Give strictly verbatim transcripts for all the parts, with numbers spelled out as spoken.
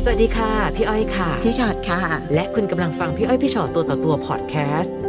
สวัสดีค่ะพี่อ้อยค่ะพี่ชอตค่ะและคุณกำลังฟังพี่อ้อยพี่ชอตตัวต่อตัวพอดแคสต์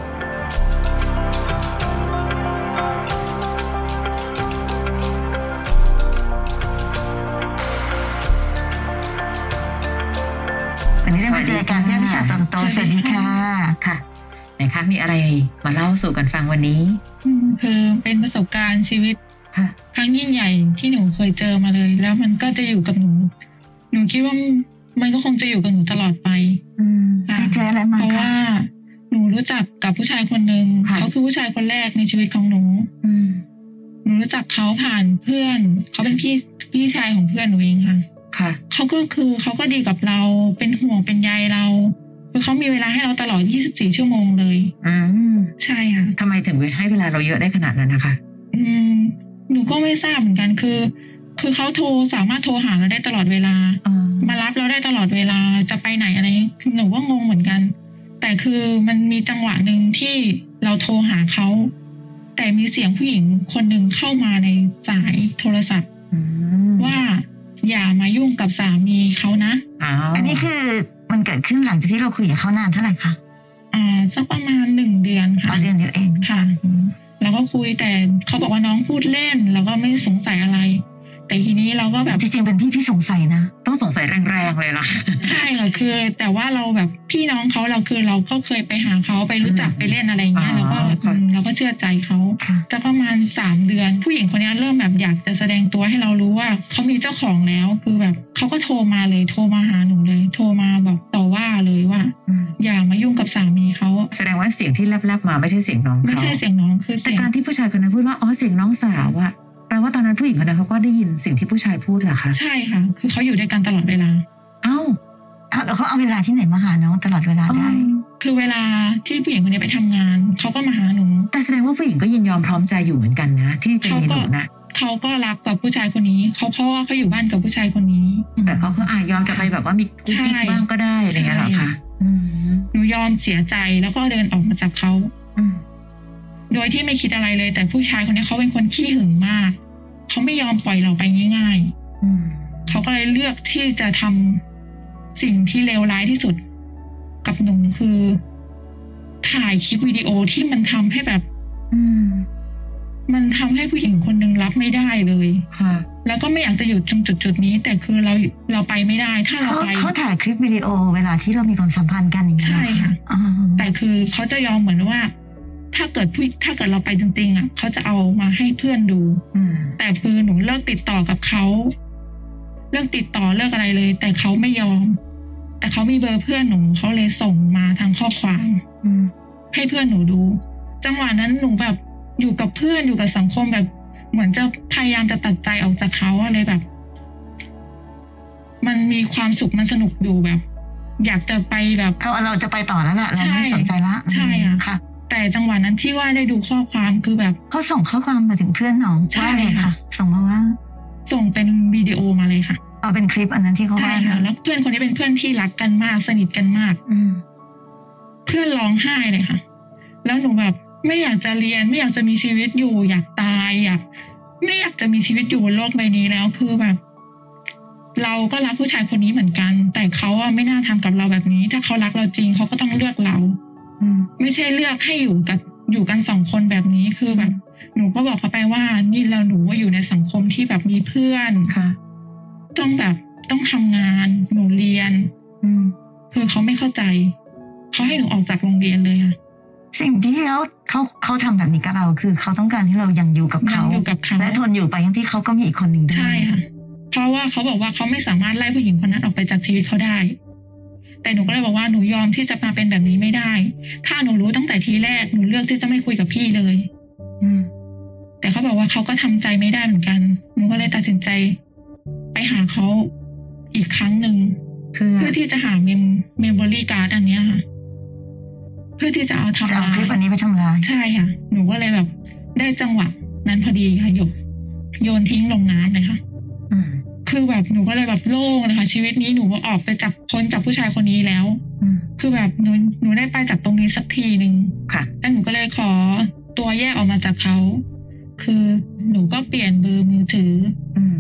วันนี้ได้มาเจอกันพี่อ้อยพี่ชอตตัวต่อตัวสวัสดีค่ะค่ะไหนคะมีอะไรมาเล่าสู่กันฟังวันนี้คือเป็นประสบการณ์ชีวิตค่ะครั้งยิ่งใหญ่ที่หนูเคยเจอมาเลยแล้วมันก็จะอยู่กับหนูหนูคิดว่ามันก็คงจะอยู่กับหนูตลอดไปอืมไปเจออะไรมาเพราะว่าหนูรู้จักกับผู้ชายคนหนึ่งเขาคือผู้ชายคนแรกในชีวิตของหนูอืมหนูรู้จักเขาผ่านเพื่อนเขาเป็นพี่พี่ชายของเพื่อนหนูเองค่ะค่ะเขาก็คือเขาก็ดีกับเราเป็นห่วงเป็นใยเราคือเขามีเวลาให้เราตลอดยี่สิบสี่ชั่วโมงเลยอืมใช่ค่ะทำไมถึงให้เวลาเราเยอะได้ขนาดนั้นนะคะอืมหนูก็ไม่ทราบเหมือนกันคือคือเขาโทรสามารถโทรหาเราได้ตลอดเวลามารับเราได้ตลอดเวลาจะไปไหนอะไรหนูก็งงเหมือนกันแต่คือมันมีจังหวะหนึ่งที่เราโทรหาเขาแต่มีเสียงผู้หญิงคนหนึ่งเข้ามาในสายโทรศัพท์ว่าอย่ามายุ่งกับสามีเขานะอันนี้คือมันเกิดขึ้นหลังจากที่เราคุยกับเขานานเท่าไหร่คะอ่าสักประมาณหนึ่งเดือนค่ะเดือนเดียวเองค่ะแล้วก็คุยแต่เขาบอกว่าน้องพูดเล่นแล้วก็ไม่สงสัยอะไรแต่ทีนี้เราก็แบบจริงๆเป็นพี่พี่สงสัยนะต้องสงสัยแรงๆเลยล่ะใช่ค่ะคือแต่ว่าเราแบบพี่น้องเขาเราคือเราก็เคยไปหาเขาไปรู้จักไปเล่นอะไรเงี้ยแล้วก็เราก็เชื่อใจเขาแต่ประมาณสามเดือนผู้หญิงคนนี้เริ่มแบบอยากจะแสดงตัวให้เรารู้ว่าเขามีเจ้าของแล้วคือแบบเขาก็โทรมาเลยโทรมาหาหนูเลยโทรมาแบบต่อว่าเลยว่าอย่ามายุ่งกับสามีเขาแสดงว่าเสียงที่แลบๆมาไม่ใช่เสียงน้องเขาไม่ใช่เสียงน้องคือแต่การที่ผู้ชายคนนั้นพูดว่าอ๋อเสียงน้องสาวอะแปลว่าตอนนั้นผู้หญิงคนนั้นเขาก็ได้ยินสิ่งที่ผู้ชายพูดเหรอคะใช่ค่ะคือเขาอยู่ด้วยกันตลอดเวลาเอ้าแล้วเขาเอาเวลาที่ไหนมาหาน้องตลอดเวลาได้คือเวลาที่ผู้หญิงคนนี้ไปทำงานเขาก็มาหาหนูแต่แสดงว่าผู้หญิงก็ยินยอมพร้อมใจอยู่เหมือนกันนะที่จะมีหนูนะเขาก็รักกับผู้ชายคนนี้เขาเพราะว่าเขาอยู่บ้านกับผู้ชายคนนี้แต่ก็คืออ่ะยอมจะไปแบบว่ามีกุ๊กกิ๊กบ้างก็ได้อะไรเงี้ยหรอคะหนูยอมเสียใจแล้วก็เดินออกมาจากเขาโดยที่ไม่คิดอะไรเลยแต่ผู้ชายคนนี้เขาเป็นคนขี้หึงมากเขาไม่ยอมปล่อยเราไปง่ายๆเขาก็เลยเลือกที่จะทำสิ่งที่เลวร้ายที่สุดกับหนูคือถ่ายคลิปวิดีโอที่มันทำให้แบบมันทำให้ผู้หญิงคนนึงรับไม่ได้เลยค่ะแล้วก็ไม่อยากจะอยู่ตรงจุดๆนี้แต่คือเราเราไปไม่ได้ถ้าเราไปเขาถ่ายคลิปวิดีโอเวลาที่เรามีความสัมพันธ์กันอย่างนี้ใช่ค่ะแต่คือเขาจะยอมเหมือนว่าถ้าเกิดผู้ถ้าเกิดเราไปจริงๆอ่ะเขาจะเอามาให้เพื่อนดูแต่คือหนูเลิกติดต่อกับเขาเลิกติดต่อเลิกอะไรเลยแต่เขาไม่ยอมแต่เขามีเบอร์เพื่อนหนูเขาเลยส่งมาทางข้อความให้เพื่อนหนูดูจังหวะนั้นหนูแบบอยู่กับเพื่อนอยู่กับสังคมแบบเหมือนจะพยายามจะตัดใจออกจากเขาอะไรแบบมันมีความสุขมันสนุกอยู่แบบอยากจะไปแบบเราเราจะไปต่อแล้วแหละเราไม่สนใจละใช่ค่ะแต่จังหวะนั้นที่ว่าได้ดูข้อความคือแบบเขาส่งข้อความมาถึงเพื่อนน้องใช่เลยค่ะส่งมาว่าส่งเป็นวิดีโอมาเลยค่ะเอาเป็นคลิปอันนั้นที่เขาว่าค่ะแล้วเพื่อนคนนี้เป็นเพื่อนที่รักกันมากสนิทกันมากเพื่อนร้องไห้เลยค่ะแล้วหนูแบบไม่อยากจะเรียนไม่อยากจะมีชีวิตอยู่อยากตายอยากไม่อยากจะมีชีวิตอยู่บนโลกใบนี้แล้วคือแบบเราก็รักผู้ชายคนนี้เหมือนกันแต่เขาอะไม่น่าทำกับเราแบบนี้ถ้าเขารักเราจริงเขาก็ต้องเลือกเราไม่ใช่เลือกให้อยู่กับอยู่กันสองคนแบบนี้คือแบบหนูก็บอกเขาไปว่านี่เราหนูว่าอยู่ในสังคมที่แบบมีเพื่อนค่ะต้องแบบต้องทำงานหนูเรียนคือเขาไม่เข้าใจเขาให้หนูออกจากโรงเรียนเลยค่ะสิ่งที่เขาเขาเขาทำแบบนี้กับเราคือเขาต้องการให้เรายังอยู่กับเขาและทนอยู่ไปทั้งที่เขาก็มีอีกคนหนึ่งได้ใช่ค่ะเพราะว่าเขาบอกว่าเขาไม่สามารถไล่ผู้หญิงคนนั้นออกไปจากชีวิตเขาได้แต่หนูก็เลยบอกว่าหนูยอมที่จะมาเป็นแบบนี้ไม่ได้ถ้าหนูรู้ตั้งแต่ทีแรกหนูเลือกที่จะไม่คุยกับพี่เลยแต่เขาบอกว่าเขาก็ทำใจไม่ได้เหมือนกันหนูก็เลยตัดสินใจไปหาเขาอีกครั้งหนึ่งเพื่อที่จะหาเมมเมมโมรี่การ์ดอันนี้ค่ะเพื่อที่จะเอาทำลายจะเอาคลิปอันนี้ไปทำลายใช่ค่ะหนูก็เลยแบบได้จังหวะนั้นพอดีค่ะโยนโยนทิ้งลงน้ำเลยค่ะคือแบบหนูก็เลยแบบโล่งเลยค่ะชีวิตนี้หนูออกไปจากพ้นจากผู้ชายคนนี้แล้วคือแบบหนูหนูได้ไปจากตรงนี้สักทีนึงค่ะแล้วหนูก็เลยขอตัวแยกออกมาจากเขาคือหนูก็เปลี่ยนเบอร์มือถือ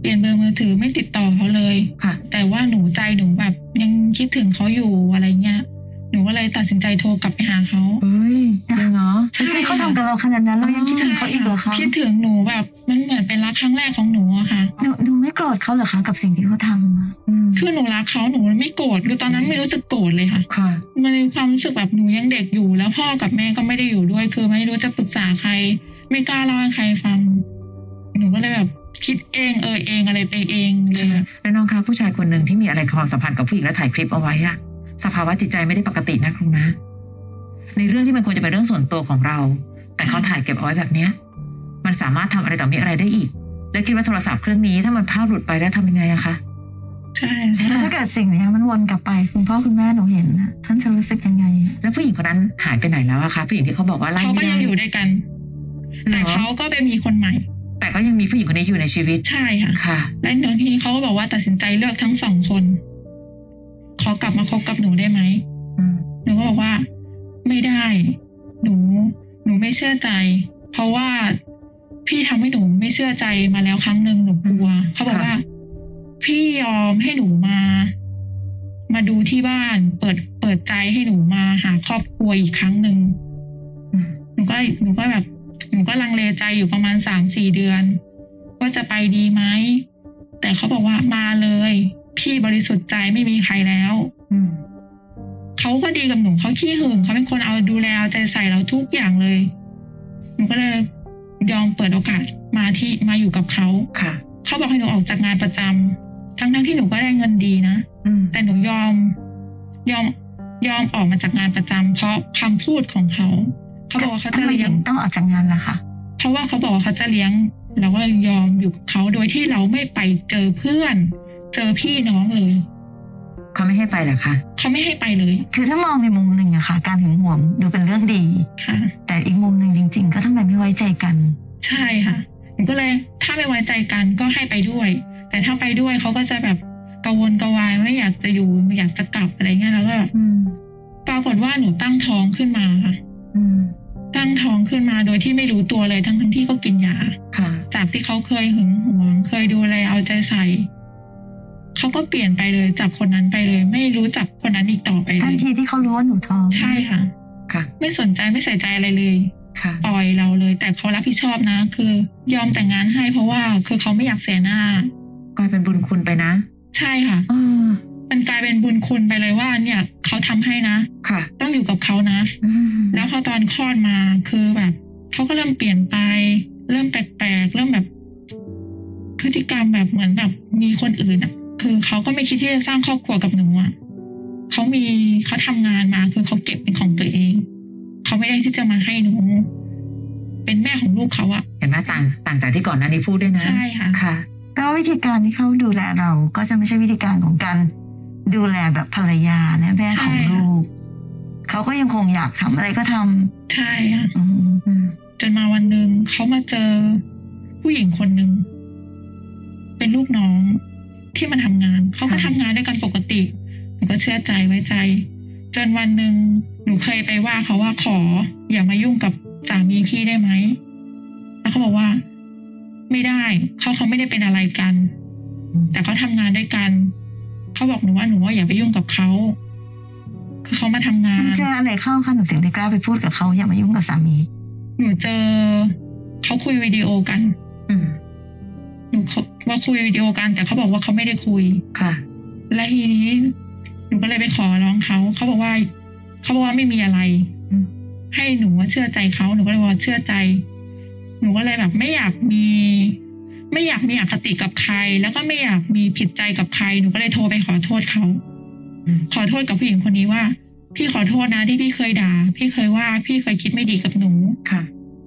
เปลี่ยนเบอร์มือถือไม่ติดต่อเขาเลยค่ะแต่ว่าหนูใจหนูแบบยังคิดถึงเขาอยู่อะไรเงี้ยหนูก็เลยตัดสินใจโทรกลับไปหาเขาเฮ้ยจริงเหรอใช่เขาทำกับเราขนาดนั้นเรายังคิดถึงเขาอีกเหรอคะคิดถึงหนูแบบมันเหมือนเป็นรักครั้งแรกของหนูอะค่ะหนูหนูไม่โกรธเขาเหรอคะกับสิ่งที่เขาทำคือหนูรักเขาหนูไม่โกรธคือตอนนั้นไม่รู้สึกโกรธเลยค่ะค่ะมันมีความรู้สึกแบบหนูยังเด็กอยู่แล้วพ่อกับแม่ก็ไม่ได้อยู่ด้วยคือไม่รู้จะปรึกษาใครไม่กล้าเล่าให้ใครฟังหนูก็เลยแบบคิดเองเออเองอะไรไปเองเลยแล้วน้องคะผู้ชายคนหนึ่งที่มีอะไรความสัมพันธ์กับผู้หญิงแล้วถ่ายคลิปเอาไว้อะสภาวะจิตใจไม่ได้ปกตินะครูนะในเรื่องที่มันควรจะเป็นเรื่องส่วนตัวของเราแต่เขาถ่ายเก็บเอาไว้แบบเนี้ยมันสามารถทำอะไรต่อมีอะไรได้อีกและคิดว่าโทรศัพท์เครื่องนี้ถ้ามันภาพหลุดไปแล้วทำยังไงอะคะใช่ถ้าเกิดสิ่งนี้มันวนกลับไปคุณพ่อคุณแม่หนูเห็นนะท่านจะรู้สึกยังไงแล้วผู้หญิงคนนั้นหายไปไหนแล้วอะคะผู้หญิงที่เขาบอกว่าไล่เขาก็ยังอยู่ด้วยกันแต่เขาก็ไปมีคนใหม่แต่ก็ยังมีผู้หญิงคนนี้อยู่ในชีวิตใช่ค่ะค่ะและตอนนี้เขาก็บอกว่าตัดสินใจเลือกทั้งสองคนขอกลับมาคบกับหนูได้ไหมหนูก็บอกว่าไม่ได้หนูหนูไม่เชื่อใจเพราะว่าพี่ทำให้หนูไม่เชื่อใจมาแล้วครั้งหนึ่งหนูกลัวเขาบอกว่าพี่ยอมให้หนูมามาดูที่บ้านเปิดเปิดใจให้หนูมาหาครอบครัวอีกครั้งหนึ่งหนูก็หนูก็แบบหนูก็ลังเลใจอยู่ประมาณสามสี่เดือนว่าจะไปดีไหมแต่เขาบอกว่ามาเลยพี่บริสุทธิ์ใจไม่มีใครแล้วเขาก็ดีกับหนูเขาขี้หึงเขาเป็นคนเอาดูแลเอาใจใส่เราทุกอย่างเลยหนูก็เลยยอมเปิดโอกาสมาที่มาอยู่กับเขาค่ะเขาบอกให้หนูออกจากงานประจำทั้งทั้งที่หนูก็ได้เงินดีนะแต่หนูยอมยอมยอมออกมาจากงานประจำเพราะคำพูดของเขาเขาบอกว่าเขาจะเลี้ยงต้องออกจากงานละค่ะเพราะว่าเขาบอกว่าเขาจะเลี้ยงเราก็ยอมอยู่กับเขาโดยที่เราไม่ไปเจอเพื่อนเจอพี่น้องเลยเขาไม่ให้ไปเหรอคะเขาไม่ให้ไปเลยคือถ้ามองในมุมหนึ่งอะค่ะการหึงหวงดูเป็นเรื่องดีค่ะแต่อีกมุมหนึ่งจริงๆก็ทำไมไม่ไว้ใจกันใช่ค่ะหนูก็เลยถ้าไม่ไว้ใจกันก็ให้ไปด้วยแต่ถ้าไปด้วยเขาก็จะแบบกังวลกระวายไม่อยากจะอยู่ไม่อยากจะกลับอะไรเงี้ยแล้วก็ปรากฏว่าหนูตั้งท้องขึ้นมาค่ะตั้งท้องขึ้นมาโดยที่ไม่รู้ตัวเลยทั้งทั้งที่ก็กินยาจากที่เขาเคยหึงหวงเคยดูแลเอาใจใส่เขาก็เปลี่ยนไปเลยจากคนนั้นไปเลยไม่รู้จักคนนั้นอีกต่อไปเลยทันทีที่เขารู้ว่าหนูท้องใช่ค่ะค่ะไม่สนใจไม่ใส่ใจอะไรเลยปล่อยเราเลยแต่เขารับผิดชอบนะคือยอมแต่งงานให้เพราะว่าคือเขาไม่อยากเสียหน้ากลายเป็นบุญคุณไปนะใช่ค่ะมันกลายเป็นบุญคุณไปเลยว่าเนี่ยเขาทำให้นะค่ะต้องอยู่กับเขานะแล้วพอตอนคลอดมาคือแบบเขาก็เริ่มเปลี่ยนไปเริ่มแปลกๆเริ่มแบบพฤติกรรมแบบเหมือนแบบมีคนอื่นอ่ะคือเขาก็ไม่คิดที่จะสร้างครอบครัวกับหนูอ่ะเขามีเขาทำงานมาคือเขาเก็บเป็นของตัวเองเขาไม่ได้ที่จะมาให้หนูเป็นแม่ของลูกเขาอ่ะเห็นไหมต่างต่างจากที่ก่อนหน้านี้พูดด้วยนะใช่ค่ะค่ะก็วิธีการที่เขาดูแลเราก็จะไม่ใช่วิธีการของการดูแลแบบภรรยาและแม่ของลูกเขาก็ยังคงอยากทำอะไรก็ทำใช่ค่ะจนมาวันหนึ่งเขามาเจอผู้หญิงคนหนึ่งเป็นลูกน้องที่มาทำงานเขาก็ทำงานด้วยกันปกติหนูก็เชื่อใจไว้ใจจนวันหนึ่งหนูเคยไปว่าเขาว่าขออย่ามายุ่งกับสามีพี่ได้ไหมแล้วเขาบอกว่าไม่ได้เขาเขาไม่ได้เป็นอะไรกันแต่เขาทำงานด้วยกันเขาบอกหนูว่าหนูว่าอย่าไปยุ่งกับเขาคือเขามาทำงานเจออะไรเข้าค่ะหนูถึงได้กล้าไปพูดกับเขาอย่ามายุ่งกับสามีหนูเจอเขาคุยวิดีโอกันหนูว่าคุยวิดีโอกันแต่เขาบอกว่าเขาไม่ได้คุยค่ะและทีนี้หนูก็เลยไปขอร้องเขาเขาบอกว่าเขาบอกว่าไม่มีอะไรให้หนูเชื่อใจเขาหนูก็เลยว่าเชื่อใจหนูก็เลยแบบไม่อยากมีไม่อยากมีอคติกับใครแล้วก็ไม่อยากมีผิดใจกับใครหนูก็เลยโทรไปขอโทษเขาขอโทษกับผู้หญิงคนนี้ว่าพี่ขอโทษนะที่พี่เคยด่าพี่เคยว่าพี่เคยคิดไม่ดีกับหนูค่ะ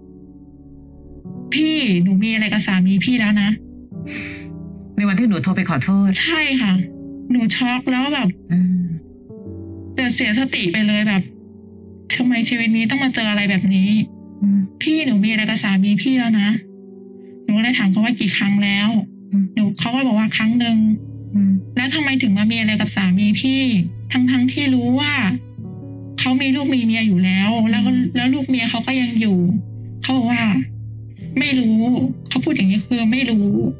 พี่หนูมีอะไรกับสามีพี่แล้วนะในวันที่หนูโทรไปขอโทษใช่ค่ะหนูช็อกแล้วแบบแต่เสียสติไปเลยแบบทำไมชีวิตนี้ต้องมาเจออะไรแบบนี้พี่หนูมีอะไรกับสามีพี่แล้วนะหนูก็เลยถามเขาว่ากี่ครั้งแล้วหนูเขาก็บอกว่าครั้งหนึ่งแล้วทำไมถึงมามีอะไรกับสามีพี่ทั้งทั้งที่รู้ว่าเขามีลูกมีเมียอยู่แล้วแล้วแล้วลูกเมียเขาก็ยังอยู่เขาบอกว่าไม่รู้เขาพูดอย่างนี้คือไม่รู้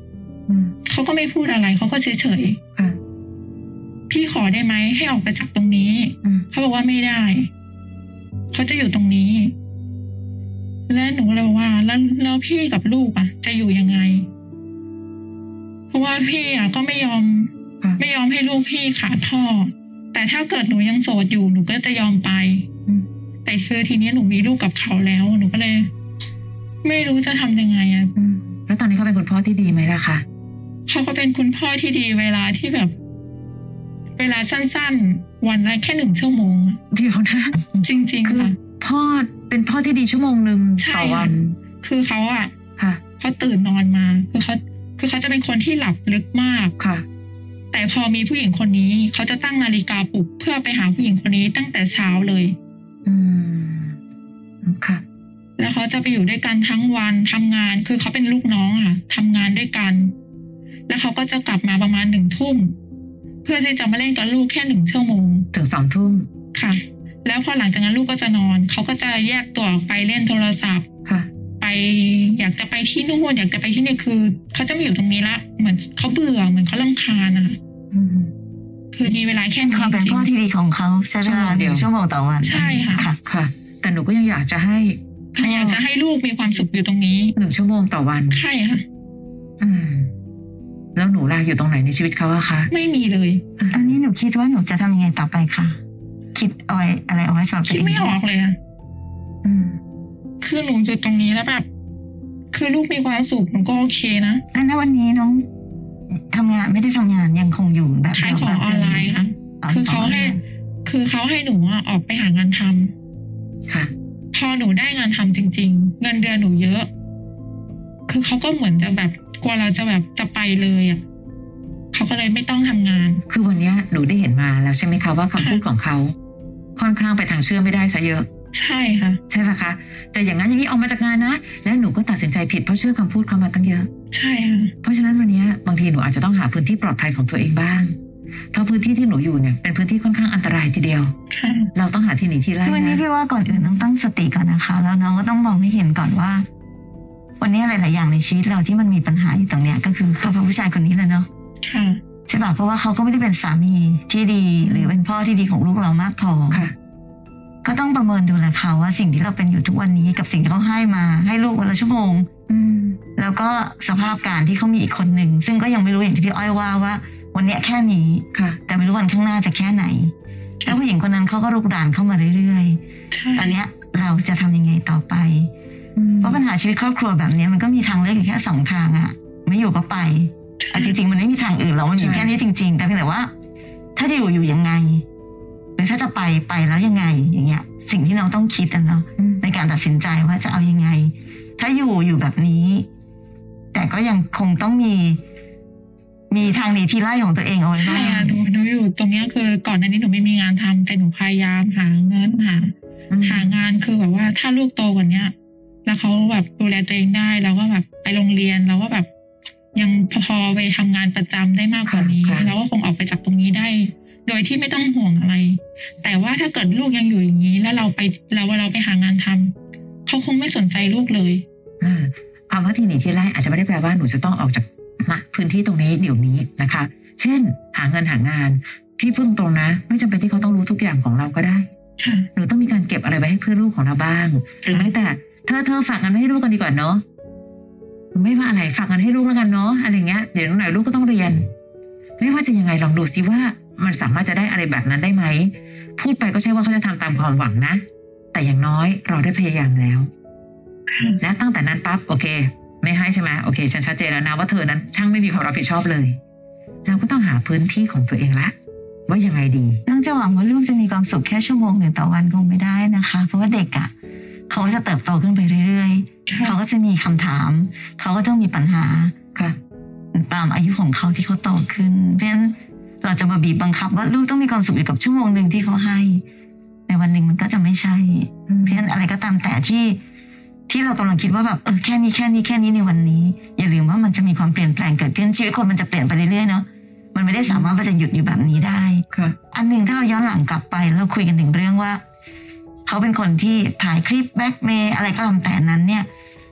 เขาก็ไม่พูดอะไรเขาก็เฉยเฉยพี่ขอได้ไหมให้ออกไปจากตรงนี้เขาบอกว่าไม่ได้เขาจะอยู่ตรงนี้และหนูเลยว่าแล้วแล้วพี่กับลูกอ่ะจะอยู่ยังไงเพราะว่าพี่อ่ะก็ไม่ยอมไม่ยอมให้ลูกพี่ขาดพ่อแต่ถ้าเกิดหนูยังโสดอยู่หนูก็จะยอมไปแต่คือทีนี้หนูมีลูกกับเขาแล้วหนูก็เลยไม่รู้จะทำยังไงอ่ะแล้วตอนนี้เขาเป็นคุณพ่อที่ดีไหมล่ะคะเขาก็เป็นคุณพ่อที่ดีเวลาที่แบบเวลาสั้นๆวันละแค่หนึ่งชั่วโมงเดี๋ยวนะจริงๆค่ะพ่อเป็นพ่อที่ดีชั่วโมงหนึ่งต่อวันคือเขาอ่ะค่ะเขาตื่นนอนมาคือเขาคือเขาจะเป็นคนที่หลับลึกมากค่ะแต่พอมีผู้หญิงคนนี้เขาจะตั้งนาฬิกาปลุกเพื่อไปหาผู้หญิงคนนี้ตั้งแต่เช้าเลยอืมค่ะแล้วเขาจะไปอยู่ด้วยกันทั้งวันทำงานคือเขาเป็นลูกน้องอ่ะทำงานด้วยกันแล้วเขาก็จะกลับมาประมาณหนึ่งทุ่มเพื่อที่จะมาเล่นกับลูกแค่หนึ่งชั่วโมงถึงสองทุ่มค่ะแล้วพอหลังจากนั้นลูกก็จะนอนเขาก็จะแยกตัวออกไปเล่นโทรศัพท์ค่ะไปอยากจะไปที่นู่นอยากจะไปที่นี่คือเขาจะไม่อยู่ตรงนี้ละเหมือนเขาเบื่อเหมือนเขารำคาญอ่ะคือมีเวลาแค่ความเป็นพ่อที่ดีของเขาใช้เวลาหนึ่งชั่วโมงต่อวันใช่ค่ะค่ะแต่หนูก็ยังอยากจะให้อยากจะให้ลูกมีความสุขอยู่ตรงนี้หนึ่งชั่วโมงต่อวันใช่ค่ะอืมแล้วหนูล่ะอยู่ตรงไหนในชีวิตเขาอะคะไม่มีเลยตอนนี้หนูคิดว่าหนูจะทำยังไงต่อไปคะคิดเอาไว้อะไรเอาไว้สำหรับตัวเองคิดไม่ออกเลยอะอืมคือหนูอยู่ตรงนี้แล้วแบบคือลูกมีความสุขหนูก็โอเคนะแล้วณวันนี้น้องทำงานไม่ได้ทำงานยังคงอยู่แบบขายของออนไลน์ค่ะคือเขาให้คือเขาให้หนูออกไปหางานทำค่ะพอหนูได้งานทำจริงๆเงินเดือนหนูเยอะคือเขาก็เหมือนจะแบบกลัวเราจะแบบจะไปเลยอ่ะเขาก็เลยไม่ต้องทำงานคือวันนี้หนูได้เห็นมาแล้วใช่ไหมคะว่าคำพูดของเขาค่อนข้างไปทางเชื่อไม่ได้ซะเยอะใช่ค่ะใช่ป่ะคะแต่อย่างนั้นอย่างนี้ออกมาจากงานนะแล้วหนูก็ตัดสินใจผิดเพราะเชื่อคำพูดเขามาตั้งเยอะใช่ค่ะเพราะฉะนั้นวันนี้บางทีหนูอาจจะต้องหาพื้นที่ปลอดภัยของตัวเองบ้างเพราะพื้นที่ที่หนูอยู่เนี่ยเป็นพื้นที่ค่อนข้างอันตรายทีเดียวเราต้องหาที่หนีที่ไล่นะวันนี้พี่ว่าก่อนอื่นต้องตั้งสติก่อนนะคะแล้วน้องก็ต้องมองให้เห็นก่อนว่าวันนี้หลายๆอย่างในชีวิตเราที่มันมีปัญหาอยู่ตรงเนี้ยก็คือก็เพราะผู้ชายคนนี้แหละเนาะใช่ป่ะเพราะว่าเขาก็ไม่ได้เป็นสามีที่ดีหรือเป็นพ่อที่ดีของลูกเรามากพอก็ต้องประเมินดูแลเขาว่าสิ่งที่เราเป็นอยู่ทุกวันนี้กับสิ่งที่เขาให้มาให้ลูกวันละชั่วโมงแล้วก็สภาพการที่เขามีอีกคนหนึ่งซึ่งก็ยังไม่รู้อย่างที่พี่อ้อยว่าว่าวันนี้แค่นี้แต่ไม่รู้วันข้างหน้าจะแค่ไหนแล้วผู้หญิงคนนั้นเขาก็รุกรานเข้ามาเรื่อยๆตอนนี้เราจะทำยังไงต่อไปเพราะปัญหาชีวิตครอบครัวแบบนี้มันก็มีทางเลือกอยู่แค่สองทางอะไม่อยู่ก็ไปจริงๆมันไม่มีทางอื่นหรอกมันอยู่แค่นี้จริงๆแต่เพียงแต่ว่าถ้าจะอยู่อยู่ยังไงหรือถ้าจะไปไปแล้วยังไงอย่างเงี้ยสิ่งที่น้องต้องคิดกันเนาะในการตัดสินใจว่าจะเอายังไงถ้าอยู่อยู่แบบนี้แต่ก็ยังคงต้องมีมีทางหนีที่ไล่ของตัวเองเอาไว้บ้างใช่อะหนูหนูอยู่ตรงนี้คือก่อนหน้านี้หนูไม่มีงานทำแต่หนูพยายามหาเงินหาหางานคือแบบว่าถ้าลูกโตกว่านี้แล้วเขาแบบดูแลตัวเองได้แล้วก็แบบไปโรงเรียนแล้วก็แบบยังพอไปทำงานประจำได้มากกว่านี้แล้วก็คงออกไปจากตรงนี้ได้โดยที่ไม่ต้องห่วงอะไรแต่ว่าถ้าเกิดลูกยังอยู่อย่างนี้แล้วเราไปเราเราไปหางานทำเขาคงไม่สนใจลูกเลยคำว่าที่หนีที่ไล่อาจจะไม่ได้แปลว่าหนูจะต้องออกจากพื้นที่ตรงนี้เดี๋ยวนี้นะคะเช่นหาเงินหางานพี่พูดตรงๆนะไม่จำเป็นที่เขาต้องรู้ทุกอย่างของเราก็ได้หนูต้องมีการเก็บอะไรไว้ให้เพื่อลูกของเราบ้างหรือแม้แต่เธอเธอฝากเงินให้ลูกกันดีกว่าเนาะไม่ว่าอะไรฝากเงินให้ลูกแล้วกันเนาะอะไรเงี้ยเดี๋ยวหน่อยลูกก็ต้องเรียนไม่ว่าจะยังไงลองดูซิว่ามันสามารถจะได้อะไรแบบนั้นได้ไหมพูดไปก็ใช่ว่าเขาจะทำตามความหวังนะแต่อย่างน้อยเราได้พยายามแล้วและตั้งแต่นั้นปั๊บโอเคไม่ให้ใช่ไหมโอเคฉันชัดเจนแล้วนะว่าเธอนั้นช่างไม่มีความรับผิดชอบเลยเราก็ต้องหาพื้นที่ของตัวเองละว่ายังไงดีน้องจะหวังว่าลูกจะมีความสุขแค่ชั่วโมงหนึ่งต่อวันคงไม่ได้นะคะเพราะว่าเด็กอ่ะเขาจะเติบโตขึ้นไปเรื่อยๆเขาก็จะมีคำถามเขาก็ต้องมีปัญหาค่ะตามอายุของเขาที่เขาโตขึ้นเพราะฉะนั้นเราจะมาบีบบังคับว่าลูกต้องมีความสุขอยู่กับชั่วโมงหนึ่งที่เขาให้ในวันหนึ่งมันก็จะไม่ใช่เพราะฉะนั้นอะไรก็ตามแต่ที่ที่เรากำลังคิดว่าแบบเออแค่นี้แค่นี้แค่นี้ในวันนี้อย่าลืมว่ามันจะมีความเปลี่ยนแปลงเกิดขึ้นชีวิตคนมันจะเปลี่ยนไปเรื่อยๆเนาะมันไม่ได้สามารถว่าจะหยุดอยู่แบบนี้ได้อันหนึ่งถ้าเราย้อนหลังกลับไปแล้วเราคุยกันถึงเรื่องว่าเขาเป็นคนที่ถ่ายคลิปแบล็กเมย์อะไรก็ตามแต่นั้นเนี่ย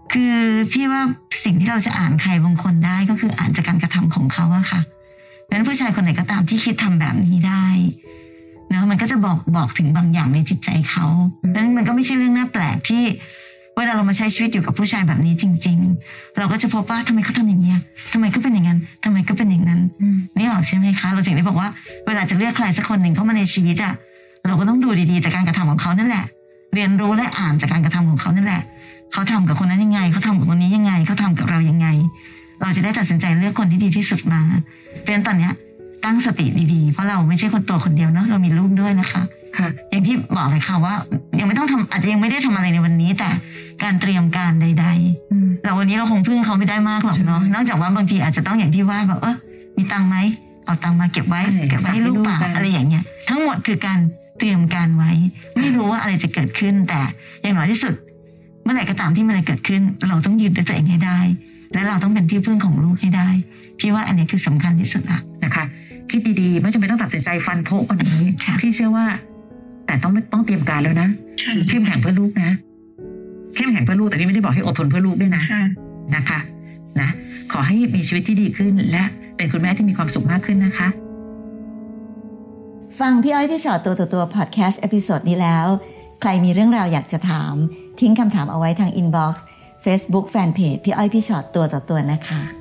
คือพี่ว่าสิ่งที่เราจะอ่านใครบางคนได้ก็คืออ่านจากการกระทำของเขาอะค่ะเพราะฉะนั้นผู้ชายคนไหนก็ตามที่คิดทำแบบนี้ได้เนาะมันก็จะบอกบอกถึงบางอย่างในจิตใจเขาเพราะฉะนั้นมันก็ไม่ใช่เรื่องน่าแปลกที่เวลาเรามาใช้ชีวิตอยู่กับผู้ชายแบบนี้จริงๆเราก็จะพบว่าทำไมเขาทำอย่างนี้ทำไมก็เป็นอย่างนั้นทำไมก็เป็นอย่างนั้นนี่ออกใช่ไหมคะเราถึงได้บอกว่าเวลาจะเลือกใครสักคนหนึ่งเข้ามาในชีวิตอะเราก็ต้องดูดีๆจากการกระทำของเขานั่นแหละเรียนรู้และอ่านจากการกระทำของเขานั่นแหละเขาทำกับคนนั้นยังไงเขาทำกับคนนี้ยังไงเขาทำกับเรายังไงเราจะได้ตัดสินใจเลือกคนที่ดีที่สุดมาเพราะฉะนั้นตอนเนี้ยตั้งสติดีๆเพราะเราไม่ใช่คนตัวคนเดียวเนาะเรามีลูกด้วยนะคะค่ะอย่างที่บอกเลยค่ะว่ายังไม่ต้องทำอาจจะยังไม่ได้ทำอะไรในวันนี้แต่การเตรียมการใดๆเราวันนี้เราคงพึ่งเขาไม่ได้มากหรอกเนาะนอกจากว่าบางทีอาจจะต้องอย่างที่ว่าแบบเออมีตังค์ไหมเอาตังค์มาเก็บไว้เก็บไว้ให้ลูกป่าอะไรอย่างเงี้ยทั้งหมดคือการเตรียมการไว้ไม่รู้ว่าอะไรจะเกิดขึ้นแต่อย่างน้อยที่สุดเมื่อไหร่ก็ตามที่มันอะไรเกิดขึ้นเราต้องยืนด้วยตัวเองให้ได้และเราต้องเป็นที่พึ่งของลูกให้ได้พี่ว่าอันนี้คือสำคัญที่สุดละนะคะคิดดีๆไม่จำเป็นต้องตัดสินใจฟันโพกวันนี้พี่เชื่อว่าแต่ต้องต้องเตรียมการแล้วนะเข้มแข็งเพื่อลูกนะเข้มแข็งเพื่อลูกแต่พี่ไม่ได้บอกให้อดทนเพื่อลูกด้วยนะนะคะนะขอให้มีชีวิตที่ดีขึ้นและเป็นคุณแม่ที่มีความสุขมากขึ้นนะคะฟังพี่อ้อยพี่ชอตตัวต่อตัวพอดแคสต์เอพิโซดนี้แล้วใครมีเรื่องราวอยากจะถามทิ้งคำถามเอาไว้ทางอินบ็อกซ์ Facebook Fanpage พี่อ้อยพี่ชอตตัวต่อตัวนะคะ